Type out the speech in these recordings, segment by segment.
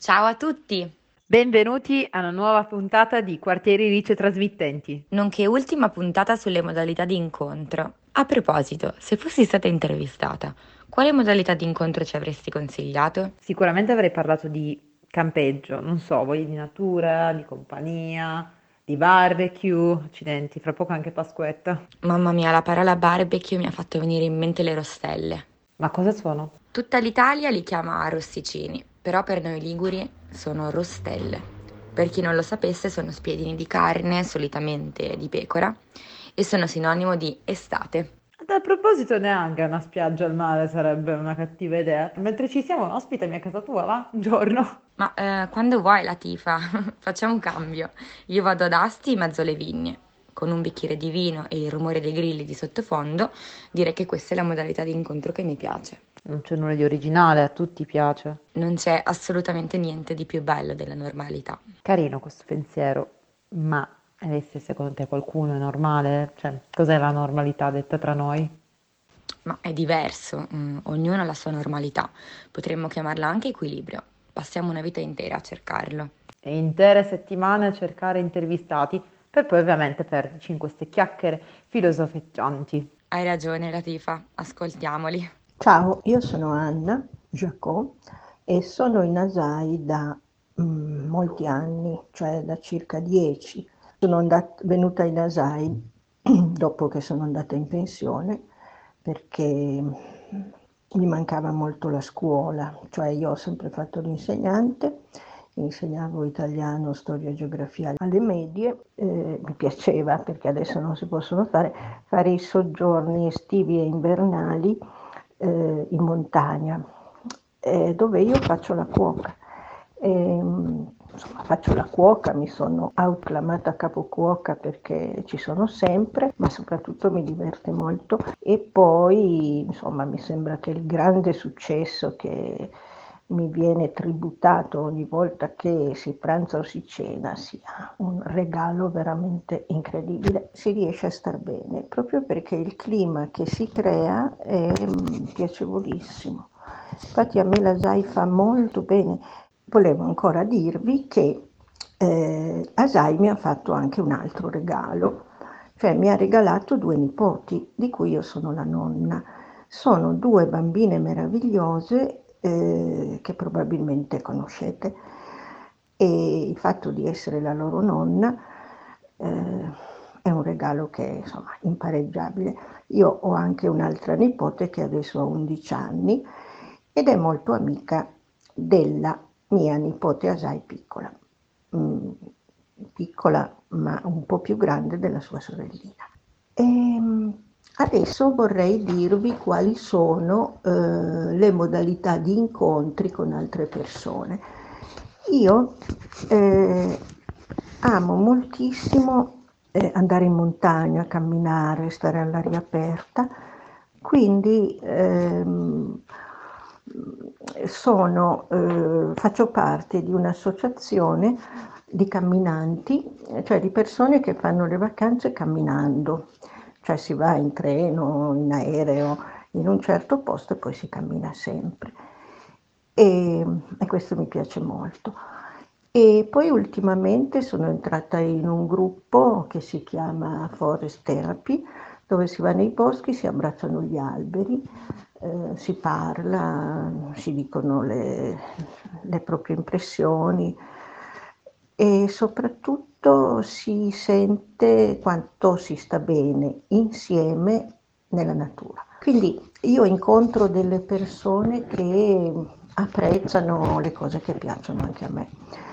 Ciao a tutti, Benvenuti a una nuova puntata di Quartieri Rice Trasmittenti. nonché ultima puntata sulle modalità di incontro. A proposito, se fossi stata intervistata, quale modalità di incontro ci avresti consigliato? Sicuramente avrei parlato di campeggio, non so, voglia di natura, di compagnia, di barbecue, accidenti, fra poco anche Pasquetta. Mamma mia, la parola barbecue mi ha fatto venire in mente le rostelle. Ma cosa sono? Tutta l'Italia li chiama arrosticini, però per noi liguri sono rostelle. Per chi non lo sapesse, sono spiedini di carne, solitamente di pecora, e sono sinonimo di estate. A proposito, neanche una spiaggia al mare sarebbe una cattiva idea. Mentre ci siamo, ospitami a casa tua, va? Un giorno. Ma quando vuoi, Latifa, facciamo un cambio. Io vado ad Asti in mezzo alle vigne. Con un bicchiere di vino e il rumore dei grilli di sottofondo, direi che questa è la modalità di incontro che mi piace. Non c'è nulla di originale, a tutti piace. Non c'è assolutamente niente di più bello della normalità. Carino questo pensiero, ma se secondo te qualcuno è normale? Cioè, cos'è la normalità detta tra noi? Ma è diverso, ognuno ha la sua normalità. Potremmo chiamarla anche equilibrio. Passiamo una vita intera a cercarlo. E intere settimane a cercare intervistati per poi ovviamente perderci in queste chiacchiere filosofeggianti. Hai ragione, Latifa, ascoltiamoli. Ciao, io sono Anna Giacò e sono in Asai da molti anni, cioè da circa 10. Sono venuta in Asai dopo che sono andata in pensione perché mi mancava molto la scuola, cioè io ho sempre fatto l'insegnante, insegnavo italiano, storia e geografia alle medie, mi piaceva perché adesso non si possono fare i soggiorni estivi e invernali in montagna, dove io faccio la cuoca. Insomma, faccio la cuoca, mi sono autoclamata capocuoca perché ci sono sempre, ma soprattutto mi diverte molto. E poi, insomma, mi sembra che il grande successo che mi viene tributato ogni volta che si pranza o si cena sia un regalo veramente incredibile. Si riesce a star bene proprio perché il clima che si crea è piacevolissimo. Infatti a me la SAI fa molto bene. Volevo ancora dirvi che Asai mi ha fatto anche un altro regalo, cioè mi ha regalato due nipoti, di cui io sono la nonna. Sono due bambine meravigliose che probabilmente conoscete e il fatto di essere la loro nonna è un regalo che è insomma impareggiabile. Io ho anche un'altra nipote che adesso ha 11 anni ed è molto amica della mia nipote Asai piccola, mm, piccola ma un po' più grande della sua sorellina. Adesso vorrei dirvi quali sono le modalità di incontri con altre persone. Io amo moltissimo andare in montagna, camminare, stare all'aria aperta, quindi faccio parte di un'associazione di camminanti, cioè di persone che fanno le vacanze camminando, cioè si va in treno, in aereo, in un certo posto e poi si cammina sempre. E questo mi piace molto. E poi ultimamente sono entrata in un gruppo che si chiama Forest Therapy, dove si va nei boschi, si abbracciano gli alberi, si parla, si dicono le proprie impressioni e soprattutto si sente quanto si sta bene insieme nella natura. Quindi io incontro delle persone che apprezzano le cose che piacciono anche a me.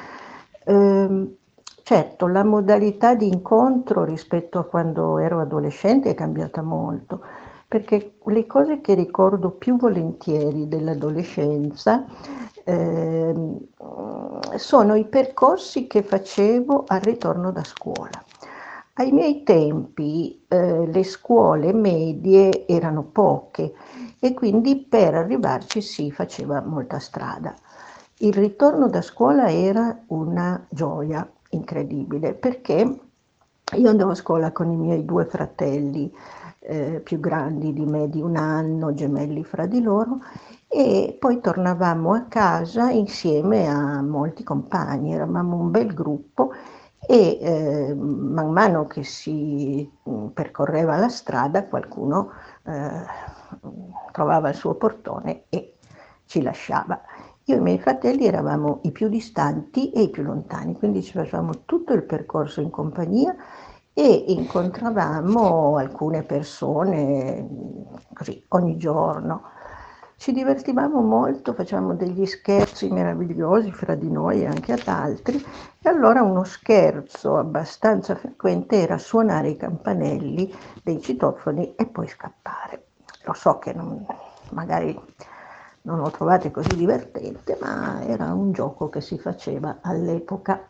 Certo, la modalità di incontro rispetto a quando ero adolescente è cambiata molto, perché le cose che ricordo più volentieri dell'adolescenza ehm, sono i percorsi che facevo al ritorno da scuola. Ai miei tempi le scuole medie erano poche e quindi per arrivarci si faceva molta strada. Il ritorno da scuola era una gioia incredibile perché io andavo a scuola con i miei due fratelli più grandi di me di 1 anno, gemelli fra di loro, e poi tornavamo a casa insieme a molti compagni, eravamo un bel gruppo e man mano che si percorreva la strada qualcuno trovava il suo portone e ci lasciava. Io e i miei fratelli eravamo i più distanti e i più lontani, quindi ci facevamo tutto il percorso in compagnia e incontravamo alcune persone così ogni giorno. Ci divertivamo molto, facevamo degli scherzi meravigliosi fra di noi e anche ad altri, e allora uno scherzo abbastanza frequente era suonare i campanelli dei citofoni e poi scappare. Lo so che magari non lo trovate così divertente, ma era un gioco che si faceva all'epoca.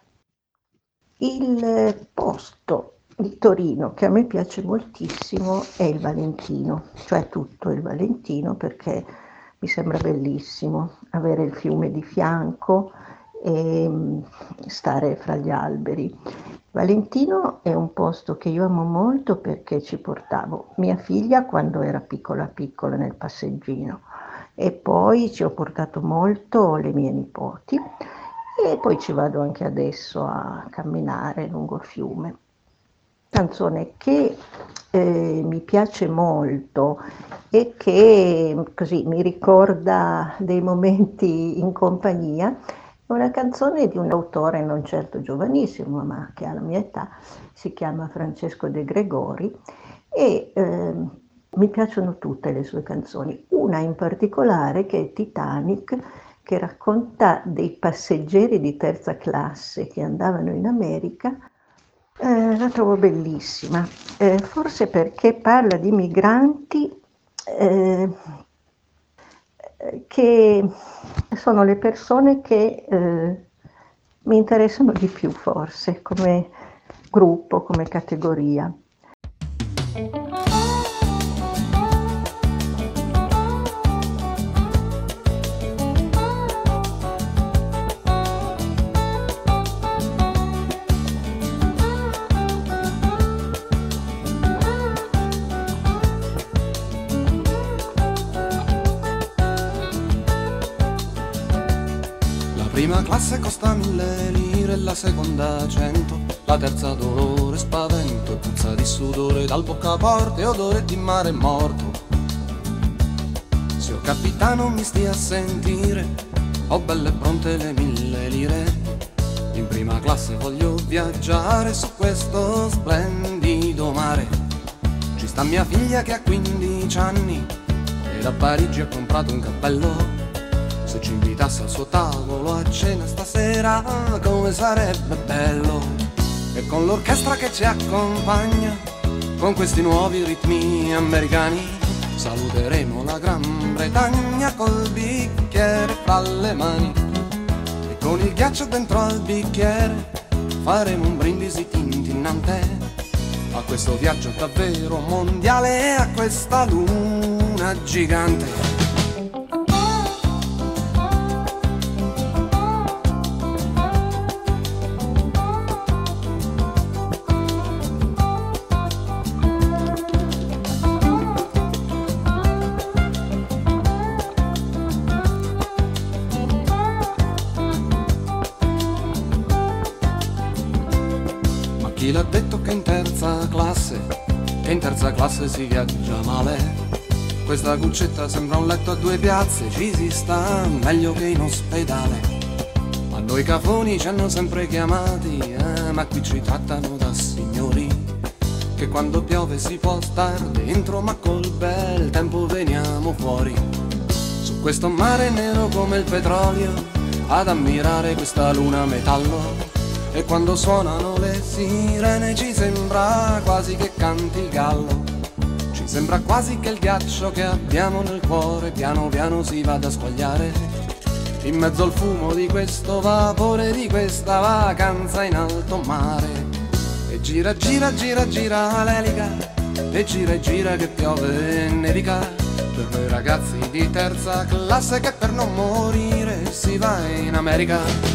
Il posto di Torino che a me piace moltissimo è il Valentino, cioè tutto il Valentino, perché mi sembra bellissimo avere il fiume di fianco e stare fra gli alberi. Valentino è un posto che io amo molto perché ci portavo mia figlia quando era piccola piccola nel passeggino, e poi ci ho portato molto le mie nipoti e poi ci vado anche adesso a camminare lungo il fiume. Canzone che mi piace molto e che così mi ricorda dei momenti in compagnia, è una canzone di un autore non certo giovanissimo ma che ha la mia età, si chiama Francesco De Gregori e mi piacciono tutte le sue canzoni, una in particolare che è Titanic, che racconta dei passeggeri di terza classe che andavano in America. La trovo bellissima, forse perché parla di migranti che sono le persone che mi interessano di più, forse, come gruppo, come categoria. Prima classe costa 1000 lire, la seconda 100, la terza dolore e spavento, e puzza di sudore dal boccaporte e odore di mare morto. Signor capitano mi stia a sentire, ho belle pronte le 1000 lire, in prima classe voglio viaggiare su questo splendido mare. Ci sta mia figlia che ha 15 anni e da Parigi ha comprato un cappello. Se ci invitasse al suo tavolo a cena stasera, come sarebbe bello. E con l'orchestra che ci accompagna, con questi nuovi ritmi americani, saluteremo la Gran Bretagna col bicchiere fra le mani. E con il ghiaccio dentro al bicchiere faremo un brindisi tintinnante a questo viaggio davvero mondiale e a questa luna gigante. Chi l'ha detto che in terza classe si viaggia male? Questa cuccetta sembra un letto a 2 piazze, ci si sta meglio che in ospedale. A noi cafoni ci hanno sempre chiamati, ma qui ci trattano da signori, che quando piove si può star dentro, ma col bel tempo veniamo fuori. Su questo mare nero come il petrolio, ad ammirare questa luna metallo. E quando suonano le sirene ci sembra quasi che canti il gallo. Ci sembra quasi che il ghiaccio che abbiamo nel cuore piano piano si vada a squagliare in mezzo al fumo di questo vapore, di questa vacanza in alto mare. E gira, gira, gira, gira l'elica, e gira che piove e nevica, per quei ragazzi di terza classe che per non morire si va in America.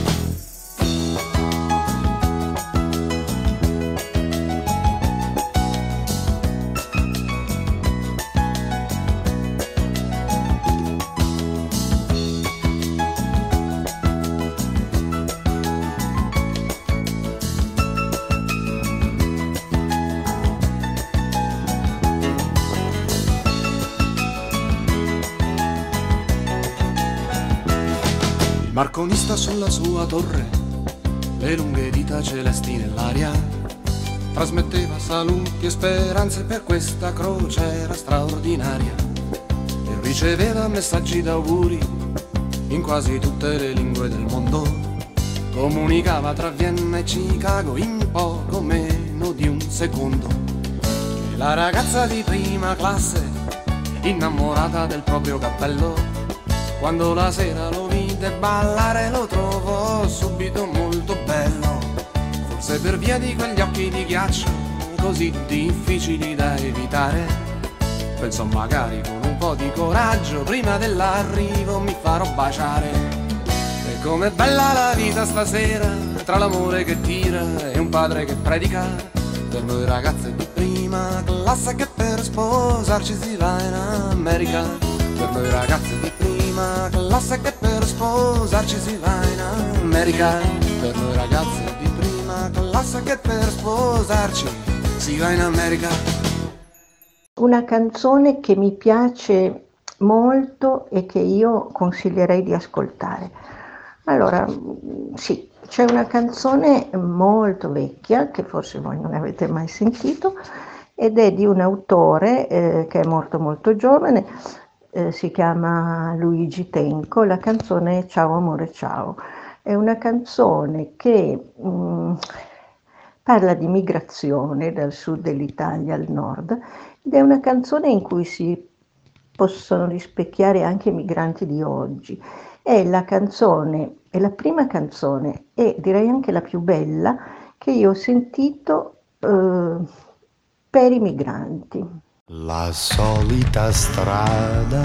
marconista sulla sua torre, le lunghe dita celesti nell'aria, trasmetteva saluti e speranze per questa crociera straordinaria, e riceveva messaggi d'auguri in quasi tutte le lingue del mondo, comunicava tra Vienna e Chicago in poco meno di un secondo. E la ragazza di prima classe, innamorata del proprio cappello, quando la sera lo vide ballare lo trovò subito molto bello, forse per via di quegli occhi di ghiaccio così difficili da evitare. Pensò magari con un po' di coraggio prima dell'arrivo mi farò baciare. E com'è bella la vita stasera, tra l'amore che tira e un padre che predica, per noi ragazze di prima classe che per sposarci si va in America. Per noi ragazze di prima classe che per sposarci si va in America. Per noi ragazze di prima classe che per sposarci si va in America. Una canzone che mi piace molto e che io consiglierei di ascoltare. Allora, sì, c'è una canzone molto vecchia che forse voi non avete mai sentito ed è di un autore che è morto molto giovane, si chiama Luigi Tenco. La canzone è Ciao amore ciao. È una canzone che parla di migrazione dal sud dell'Italia al nord ed è una canzone in cui si possono rispecchiare anche i migranti di oggi. È la canzone, è la prima canzone e direi anche la più bella che io ho sentito per i migranti. La solita strada,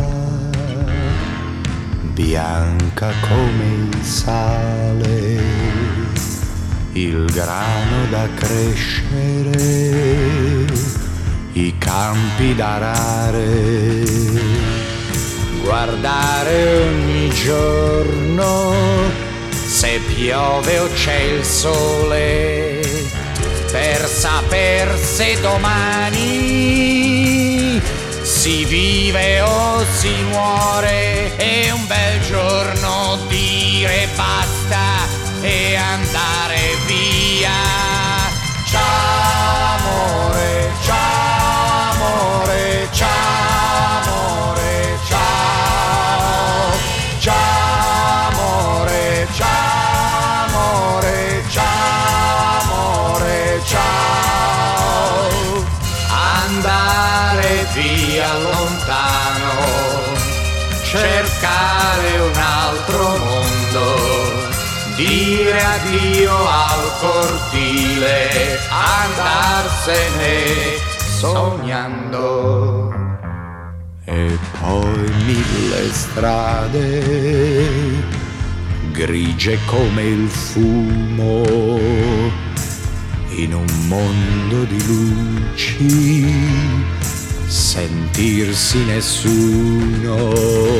bianca come il sale, il grano da crescere, i campi da arare, guardare ogni giorno se piove o c'è il sole, per saper se domani si vive o si muore, e un bel giorno dire basta e andare via. Ciao amore, ciao amore, ciao amore, ciao. Ciao amore, ciao amore, ciao amore, ciao. Andare via lontano, cercare un altro mondo, dire addio al cortile, andarsene sognando. E poi 1000 strade, grigie come il fumo, in un mondo di luci, sentirsi nessuno,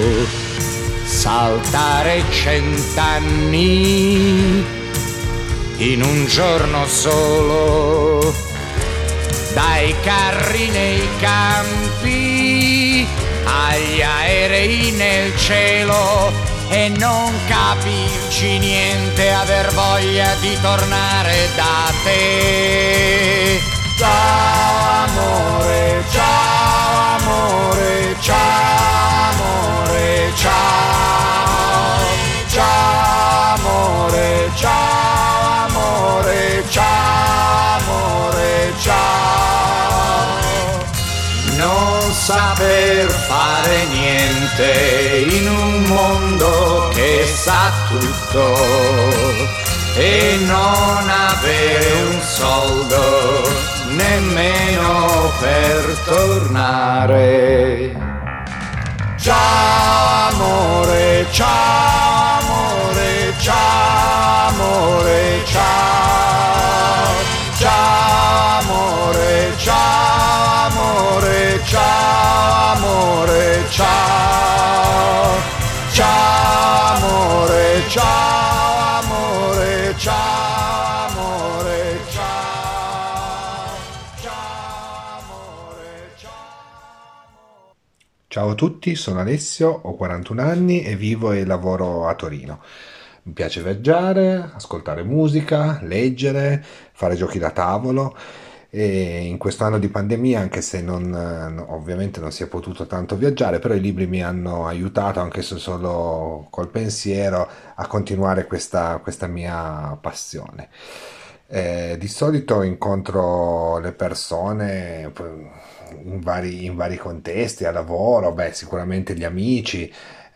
saltare 100 anni in un giorno solo, dai carri nei campi agli aerei nel cielo, e non capirci niente, aver voglia di tornare da te. Ciao amore, ciao amore, ciao amore, ciao. Ciao amore, ciao amore, ciao amore, ciao. Non saper fare niente in un mondo che sa tutto, e non avere un soldo nemmeno per tornare. Ciao amore, ciao amore, ciao amore, ciao. Ciao amore, ciao amore, ciao amore, ciao. Ciao amore, ciao amore, ciao amore, ciao. Ciao amore, ciao. Ciao a tutti, sono Alessio, ho 41 anni e vivo e lavoro a Torino. Mi piace viaggiare, ascoltare musica, leggere, fare giochi da tavolo. E in questo anno di pandemia, anche se ovviamente non si è potuto tanto viaggiare, però i libri mi hanno aiutato, anche se solo col pensiero, a continuare questa mia passione. Di solito incontro le persone in vari contesti, a lavoro, beh, sicuramente gli amici,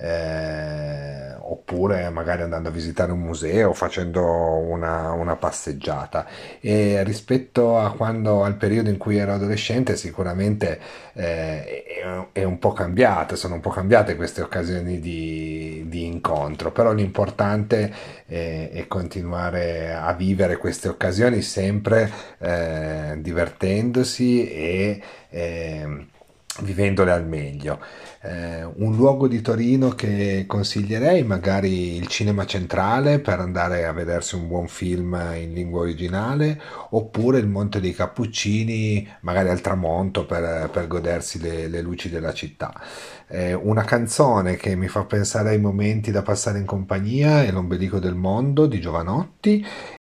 oppure magari andando a visitare un museo, facendo una passeggiata. E rispetto al periodo in cui ero adolescente, sicuramente è un po' cambiata, sono un po' cambiate queste occasioni di incontro, però l'importante è continuare a vivere queste occasioni sempre divertendosi e vivendole al meglio. Un luogo di Torino che consiglierei, magari il Cinema Centrale per andare a vedersi un buon film in lingua originale, oppure il Monte dei Cappuccini, magari al tramonto per godersi le luci della città. Una canzone che mi fa pensare ai momenti da passare in compagnia è L'ombelico del mondo di Giovanotti.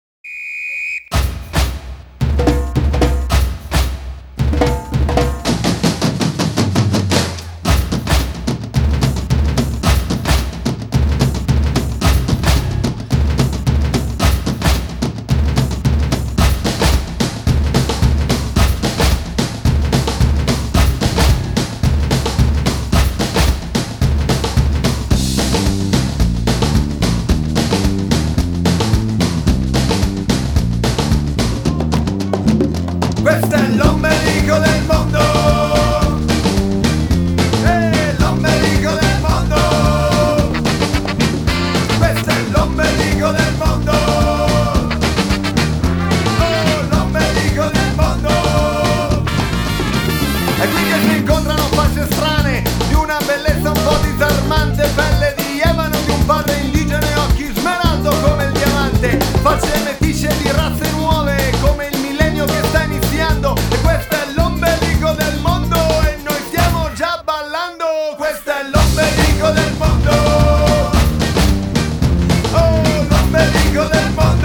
Questo è l'ombelico del mondo, l'ombelico del mondo, questo è l'ombelico del mondo, l'ombelico del mondo. È qui che si incontrano facce strane, di una bellezza un po' disarmante, pelle di ebano di un padre indigeno e occhi smeraldo come il diamante, facce meticce di razze nuove come il millennio che sta iniziando. E questo è l'ombelico del mondo e noi stiamo già ballando. Questo è l'ombelico del mondo, l'ombelico del mondo.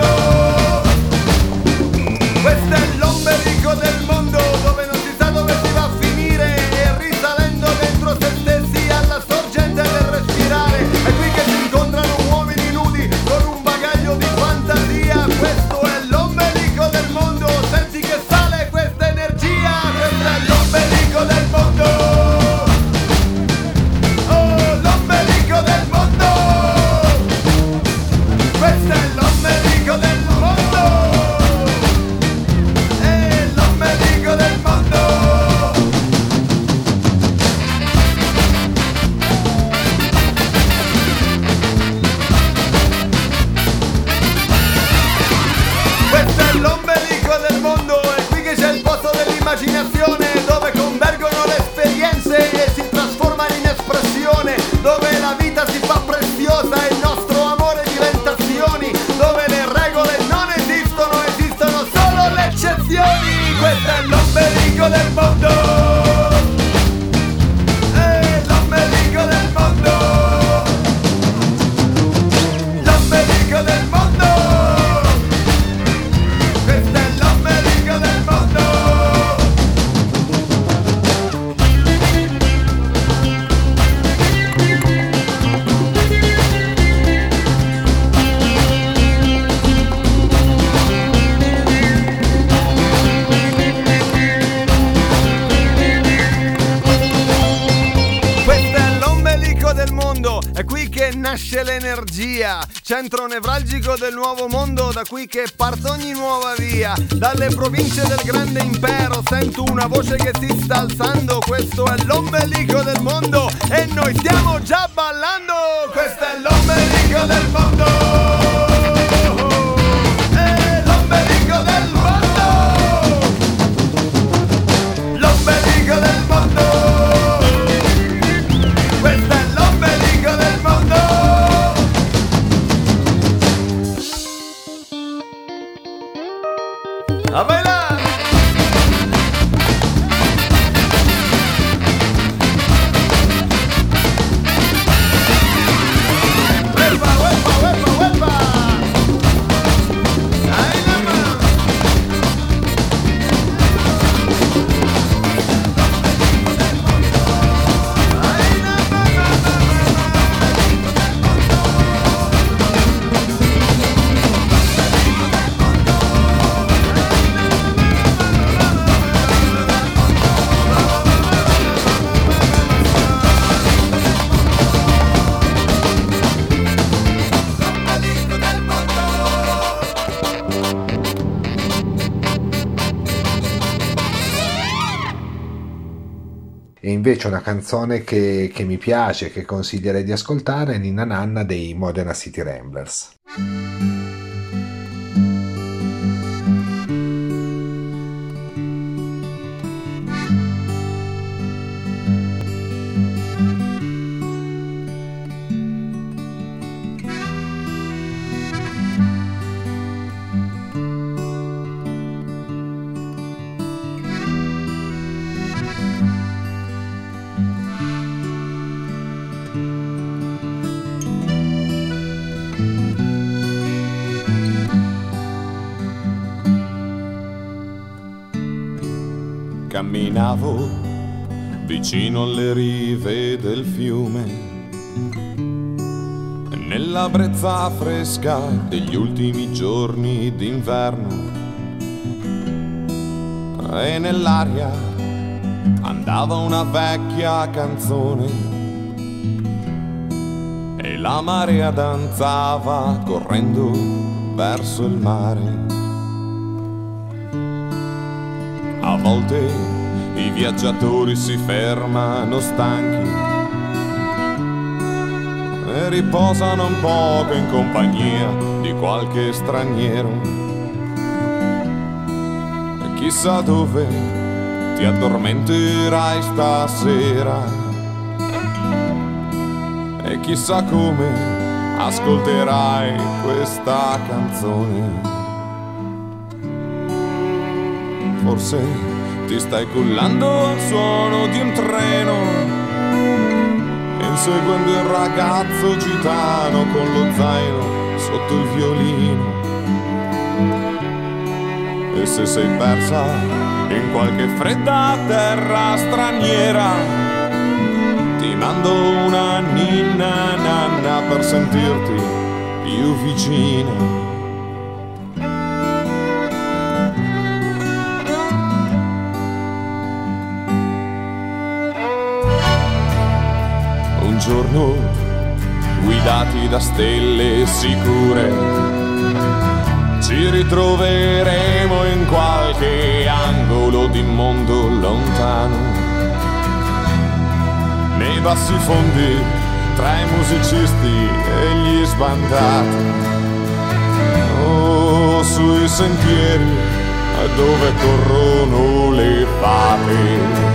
Questo è l'ombelico del mondo, dove non si sa dove si va a finire, e risalendo dentro se stessi alla sorgente del respirare. È qui che si incontrano uomini nudi con un bagaglio di fantasia. Questo è l'ombelico del mondo, senti che sale questa energia. Questo è l'ombelico del mondo, l'ombelico del mondo. Questo è l'ombelico del mondo, l'ombelico del mondo. Questo è l'ombelico del mondo, è qui che c'è il posto dell'immaginazione, dove convergono le esperienze e si trasformano in espressione, dove la vita si fa preziosa e il nostro amore diventa azioni, dove le regole non esistono, esistono solo le eccezioni. Questo è l'ombelico del mondo, l'ombelico del mondo, l'ombelico del mondo. Questo è l'ombelico del mondo. Questo è l'ombelico del mondo, è qui che nasce l'energia, centro nevralgico del nuovo mondo, da qui che parte ogni nuova via. Dalle province del grande impero sento una voce che si sta alzando. Questo è l'ombelico del mondo e noi stiamo già ballando. Questo è l'ombelico del mondo, l'ombelico del mondo, l'ombelico del mondo. Questo è l'ombelico del mondo. A bailar! Epa, epa! E invece una canzone che mi piace, che consiglierei di ascoltare, è Ninna Nanna dei Modena City Ramblers. Camminavo vicino alle rive del fiume, nella brezza fresca degli ultimi giorni d'inverno, e nell'aria andava una vecchia canzone e la marea danzava correndo verso il mare. A volte i viaggiatori si fermano stanchi e riposano un poco in compagnia di qualche straniero. E chissà dove ti addormenterai stasera, e chissà come ascolterai questa canzone. Forse ti stai cullando al suono di un treno, inseguendo il ragazzo gitano con lo zaino sotto il violino. E se sei persa in qualche fredda terra straniera, ti mando una ninna nanna per sentirti più vicina. Un giorno, guidati da stelle sicure, ci ritroveremo in qualche angolo di mondo lontano, nei bassi fondi tra i musicisti e gli sbandati, o sui sentieri dove corrono le fate.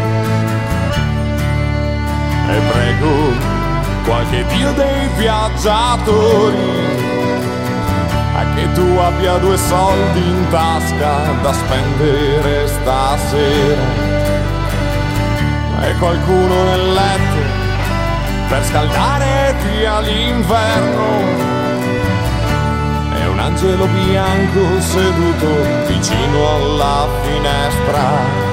E prego qualche dio dei viaggiatori che tu abbia 2 soldi in tasca da spendere stasera, e qualcuno nel letto per scaldarti all'inverno, e un angelo bianco seduto vicino alla finestra.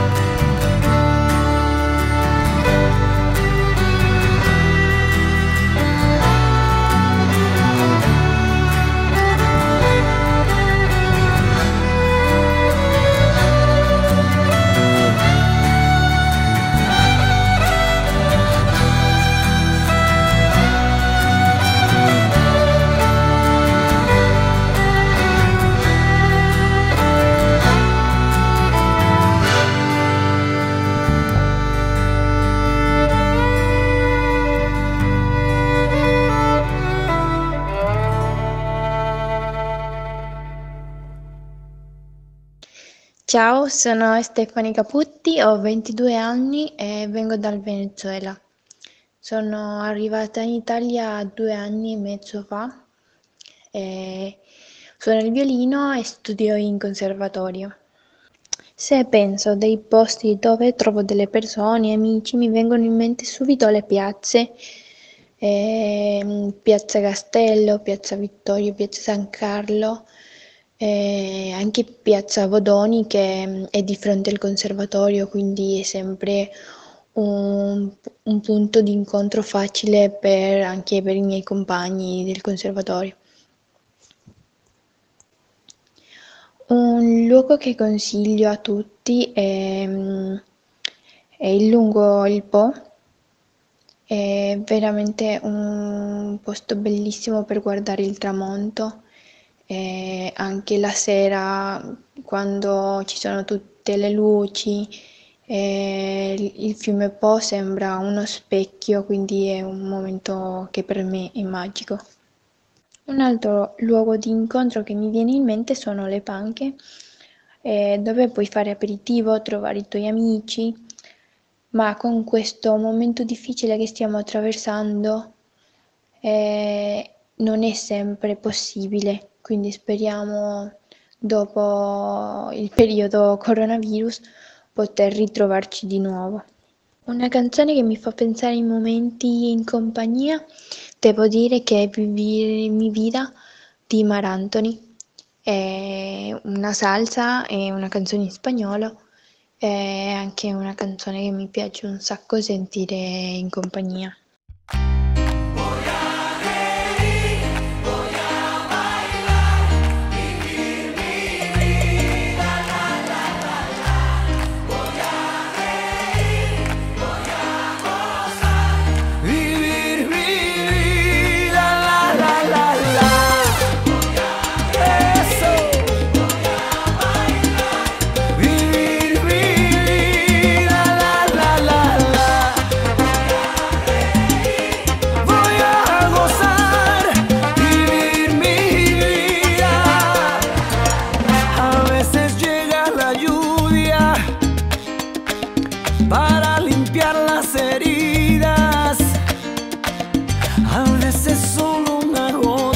Ciao, sono Stefani Caputti, ho 22 anni e vengo dal Venezuela. Sono arrivata in Italia 2 anni e mezzo fa. Suono il violino e studio in conservatorio. Se penso dei posti dove trovo delle persone, amici, mi vengono in mente subito le piazze. Piazza Castello, Piazza Vittorio, Piazza San Carlo. Anche Piazza Vodoni, che è di fronte al conservatorio, quindi è sempre un punto di incontro facile anche per i miei compagni del conservatorio. Un luogo che consiglio a tutti è il lungo il Po. È veramente un posto bellissimo per guardare il tramonto. Anche la sera, quando ci sono tutte le luci, Il fiume Po sembra uno specchio, quindi è un momento che per me è magico. Un altro luogo di incontro che mi viene in mente sono le panche, dove puoi fare aperitivo, trovare i tuoi amici, ma con questo momento difficile che stiamo attraversando non è sempre possibile, quindi speriamo dopo il periodo coronavirus poter ritrovarci di nuovo. Una canzone che mi fa pensare ai momenti in compagnia, devo dire che è Vivir mi vida di Mar Anthony. È una salsa, è una canzone in spagnolo, è anche una canzone che mi piace un sacco sentire in compagnia. Para limpiar las heridas, a veces solo una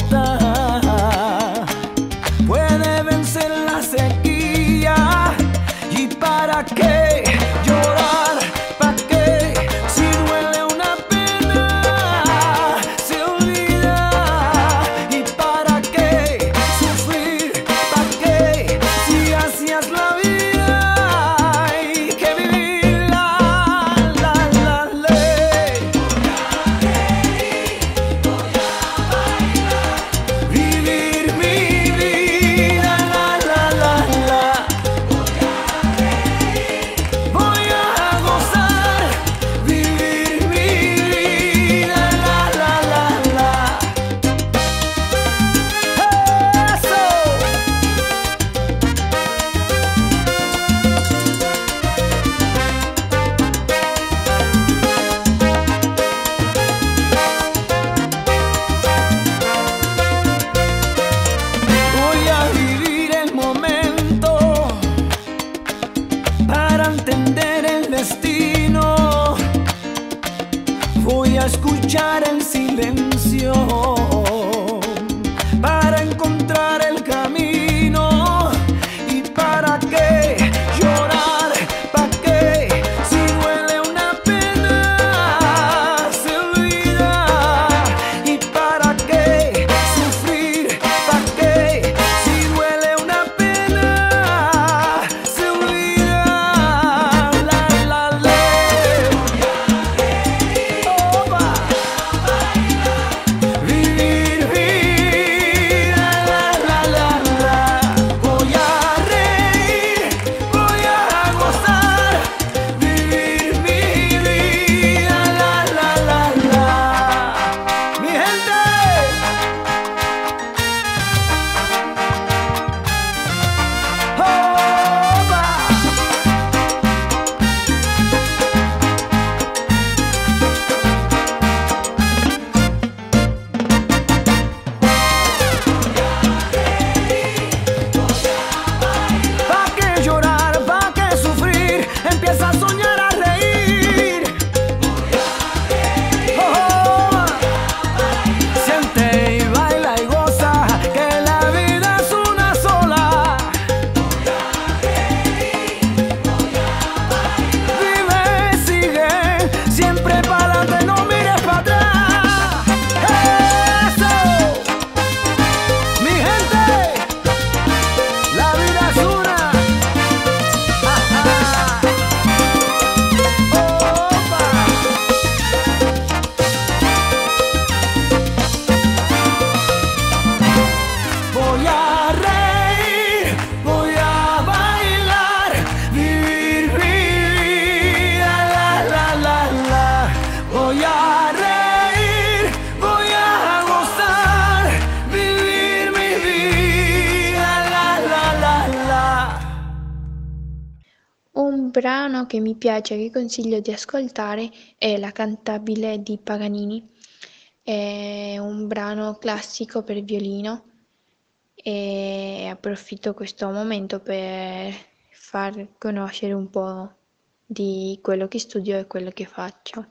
gota puede vencer la sequía. ¿Y para qué llorar? ¿Para qué? Si duele una pena, se olvida. ¿Y para qué sufrir? ¿Para qué? Si hacías la vida, hay que vivir. brano che mi piace, che consiglio di ascoltare, è La cantabile di Paganini. È un brano classico per violino e approfitto questo momento per far conoscere un po' di quello che studio e quello che faccio.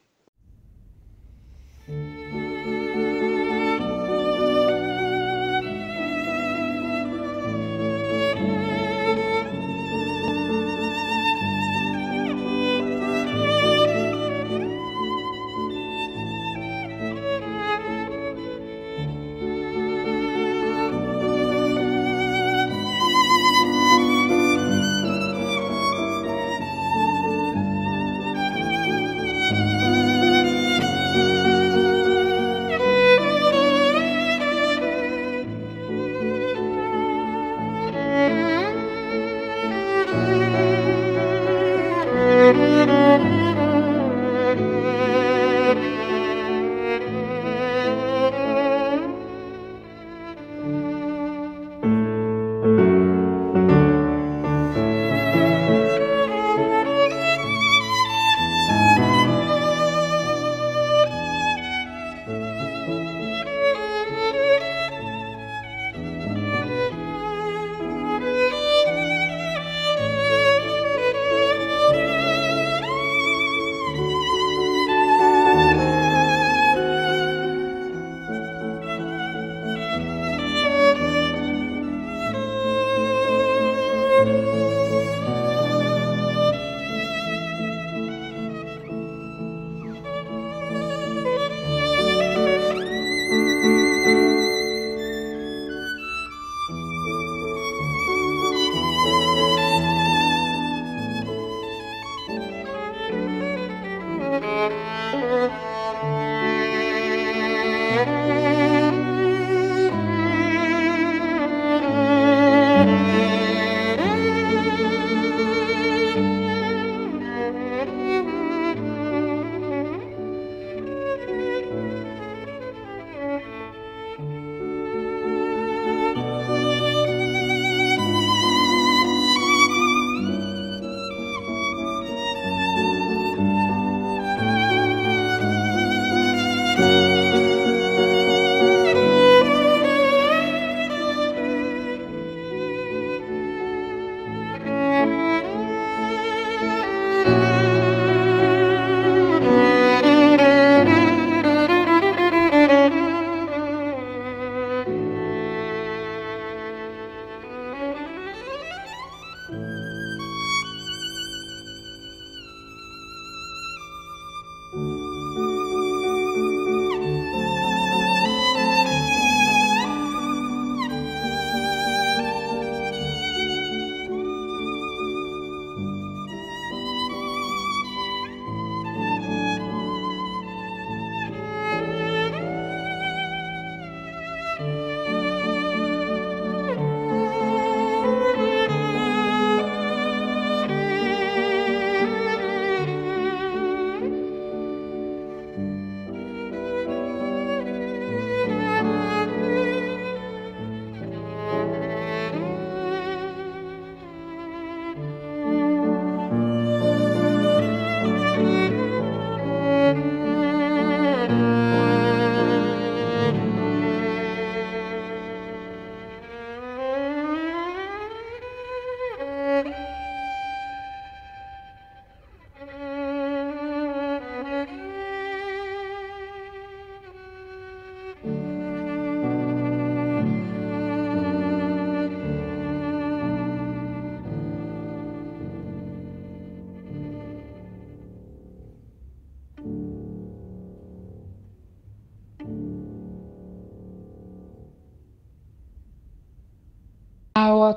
Ciao a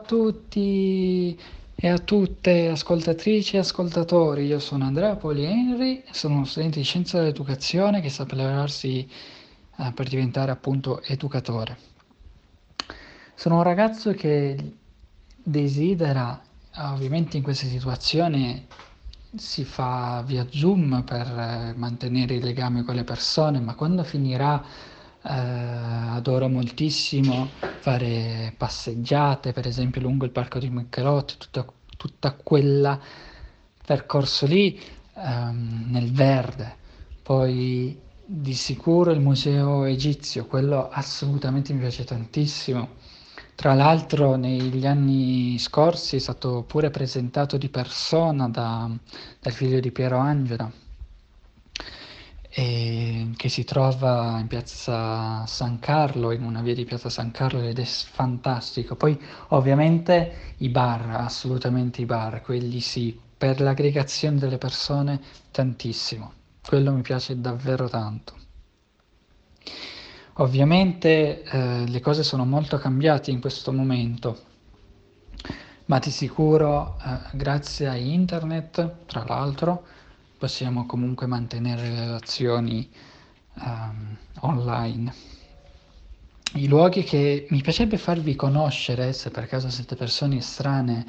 tutti e a tutte ascoltatrici e ascoltatori, io sono Andrea Polienri, sono uno studente di Scienza dell'Educazione che sta per laurearsi per diventare appunto educatore. Sono un ragazzo che desidera, ovviamente in questa situazione si fa via Zoom per mantenere il legame con le persone, ma quando finirà adoro moltissimo fare passeggiate, per esempio lungo il parco di Michelot, tutta quella percorso lì nel verde. Poi di sicuro il museo egizio, quello assolutamente mi piace tantissimo. Tra l'altro negli anni scorsi è stato pure presentato di persona dal figlio di Piero Angela, che si trova in piazza San Carlo, in una via di piazza San Carlo, ed è fantastico. Poi ovviamente i bar, assolutamente i bar, quelli sì, per l'aggregazione delle persone tantissimo, quello mi piace davvero tanto. Ovviamente le cose sono molto cambiate in questo momento, ma di sicuro grazie a internet, tra l'altro, possiamo comunque mantenere le relazioni online. I luoghi che mi piacerebbe farvi conoscere, se per caso siete persone estranee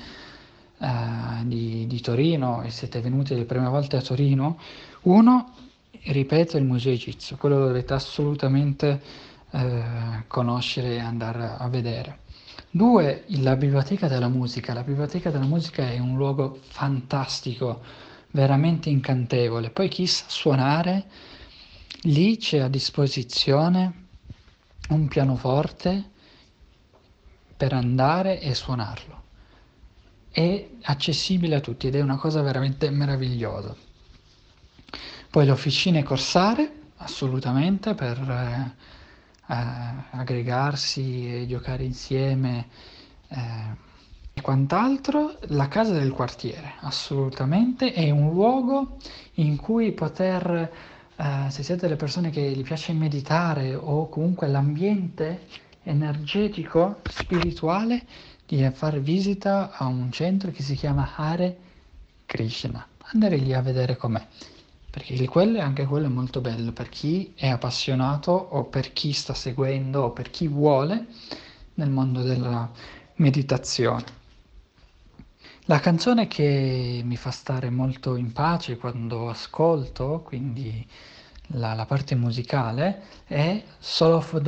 di Torino e siete venuti le prime volte a Torino, uno, ripeto, il Museo Egizio, quello lo dovete assolutamente conoscere e andare a vedere. Due, la Biblioteca della Musica. La Biblioteca della Musica è un luogo fantastico, veramente incantevole. Poi chi sa suonare, lì c'è a disposizione un pianoforte per andare e suonarlo. È accessibile a tutti ed è una cosa veramente meravigliosa. Poi le officine corsare, assolutamente, per aggregarsi e giocare insieme e quant'altro. La casa del quartiere, assolutamente, è un luogo in cui poter, se siete delle persone che gli piace meditare o comunque l'ambiente energetico, spirituale, di fare visita a un centro che si chiama Hare Krishna, andare lì a vedere com'è. Perché anche quello è molto bello per chi è appassionato o per chi sta seguendo o per chi vuole nel mondo della meditazione. La canzone che mi fa stare molto in pace quando ascolto, quindi la parte musicale, è Soul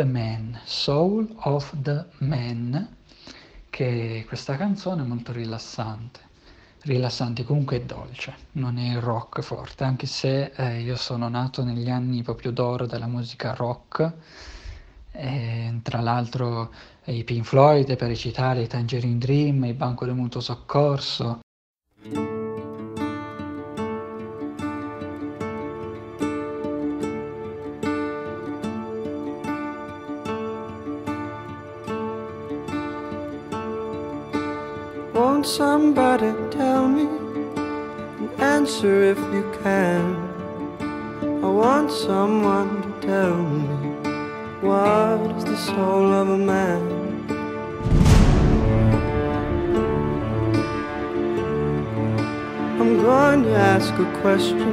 of the Man, che questa canzone è molto rilassante, comunque è dolce, non è rock forte, anche se io sono nato negli anni proprio d'oro della musica rock, tra l'altro i Pink Floyd, per citare, i Tangerine Dream, i Banco del Mutuo Soccorso. Won't somebody tell me an answer if you can? I want someone to tell me what is the soul of a man? I'm going to ask a question.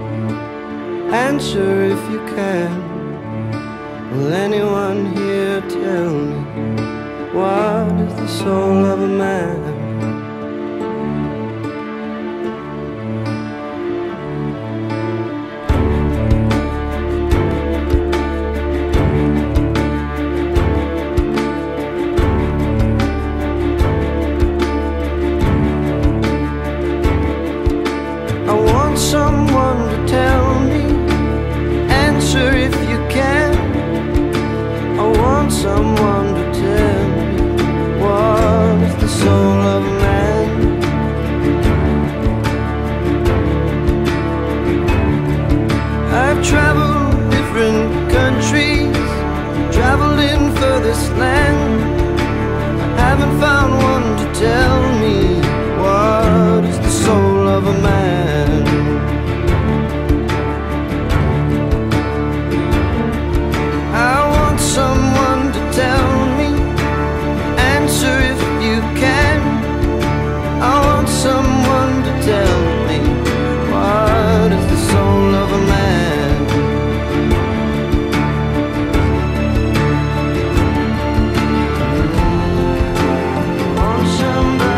Answer if you can. Will anyone here tell me what is the soul of a man? Someone to tell me, answer if you can. I want someone to tell me what is the soul of a man. I've traveled different countries, traveled in furthest land. I haven't found one to tell me what is the soul of a man. Someone to tell me, answer if you can. I want someone to tell me what is the soul of a man. I want somebody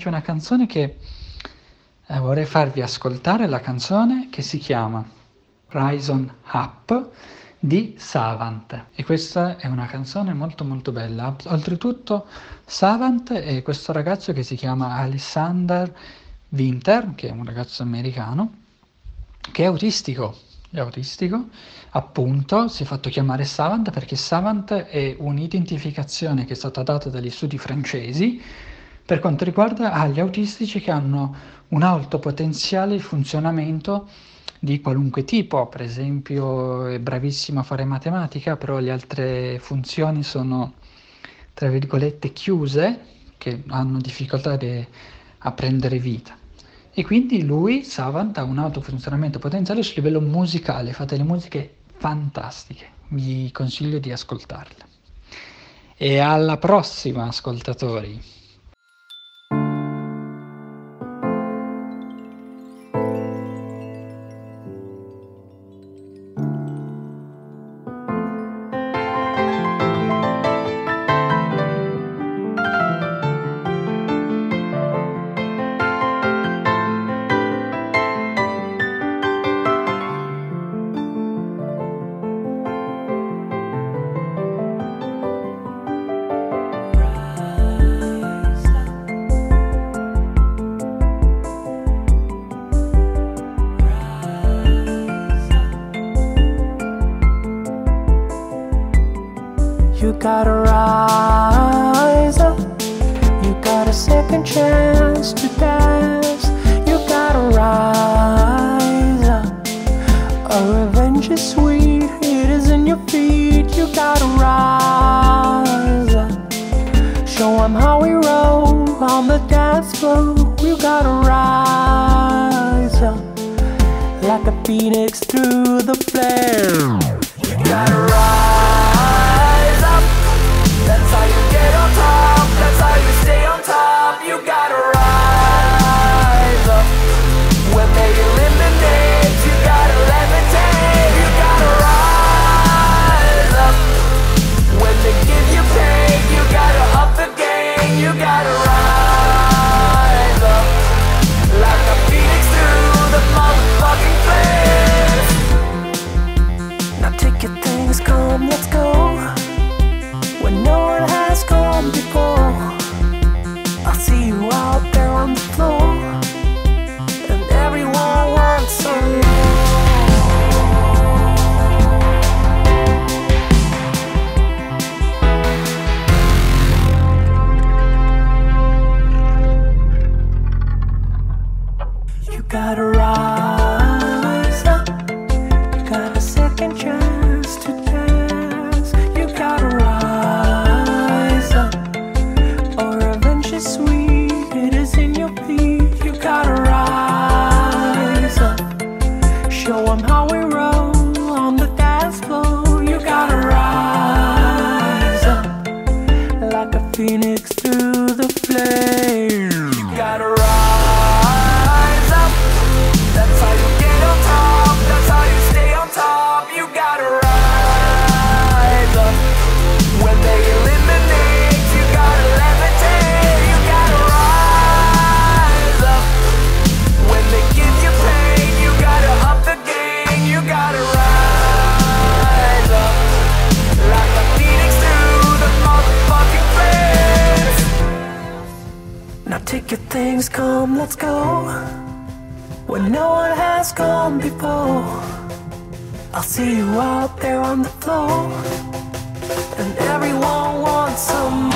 c'è una canzone che vorrei farvi ascoltare, la canzone che si chiama Rise on Up di Savant, e questa è una canzone molto molto bella. Oltretutto Savant è questo ragazzo che si chiama Alexander Winter, che è un ragazzo americano che è autistico, appunto si è fatto chiamare Savant perché Savant è un'identificazione che è stata data dagli studi francesi per quanto riguarda gli autistici che hanno un alto potenziale di funzionamento di qualunque tipo. Per esempio è bravissimo a fare matematica, però le altre funzioni sono, tra virgolette, chiuse, che hanno difficoltà a prendere vita. E quindi lui, Savant, ha un alto funzionamento potenziale sul livello musicale, fa delle musiche fantastiche, vi consiglio di ascoltarle. E alla prossima, ascoltatori! You gotta rise up. You got a second chance to dance. You gotta rise up. Our revenge is sweet, it is in your feet. You gotta rise up. Show 'em how we roll on the dance floor. You gotta rise up. Like a phoenix through the flame. You gotta rise up. That's how you get on top. That's how you stay on top. You gotta rise up. When they eliminate, you gotta levitate. You gotta rise up. When they give you pain, you gotta up the game. You gotta rise up. Like a phoenix through the motherfucking flames. Now take your things, come, let's go. When no one has gone before, I'll see you out there on the floor, and everyone wants some more. You gotta rise up. You got a second chance to dance. You gotta rise up. Our revenge is sweet, it is in your feet. You gotta rise up. Show 'em how we roll on the dance floor. You gotta rise up. Like a phoenix through the flames. You gotta rise up. That's how you get on top. That's how you stay on top. You gotta rise up. When they eliminate, you gotta levitate. You gotta rise up. When they give you pain, you gotta up the game. You gotta rise up. Like a phoenix through the motherfucking flames. Now take your things, come, let's go. When no one has gone before, I'll see you out there on the floor, and everyone wants some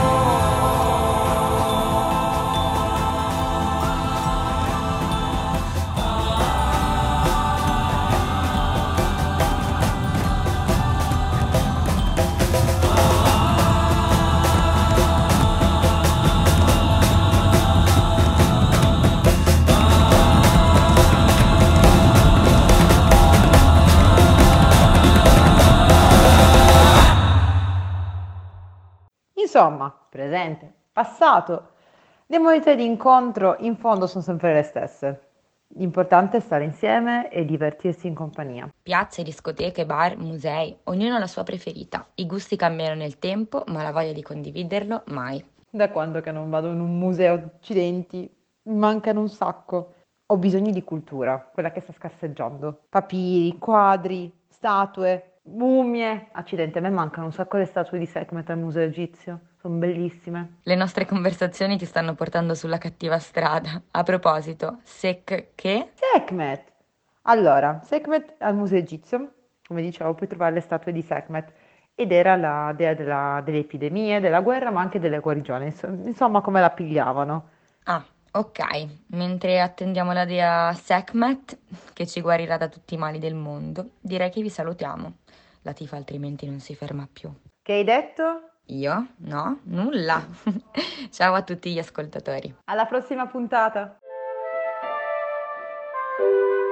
Insomma, presente, passato, le modalità di incontro in fondo sono sempre le stesse. L'importante è stare insieme e divertirsi in compagnia. Piazze, discoteche, bar, musei, ognuno ha la sua preferita. I gusti cambiano nel tempo, ma la voglia di condividerlo mai. Da quando che non vado in un museo occidenti, mi mancano un sacco. Ho bisogno di cultura, quella che sta scarseggiando. Papiri, quadri, statue, mummie. Accidenti, a me mancano un sacco le statue di Sekhmet al museo egizio. Sono bellissime. Le nostre conversazioni ti stanno portando sulla cattiva strada. A proposito, che? Sekhmet! Allora, Sekhmet al museo egizio, come dicevo, puoi trovare le statue di Sekhmet ed era la dea delle epidemie, della guerra, ma anche delle guarigioni. Insomma, come la pigliavano. Ah, ok. Mentre attendiamo la dea Sekhmet, che ci guarirà da tutti i mali del mondo, direi che vi salutiamo. La tifa altrimenti non si ferma più. Che hai detto? Io? No, nulla. Ciao a tutti gli ascoltatori. Alla prossima puntata!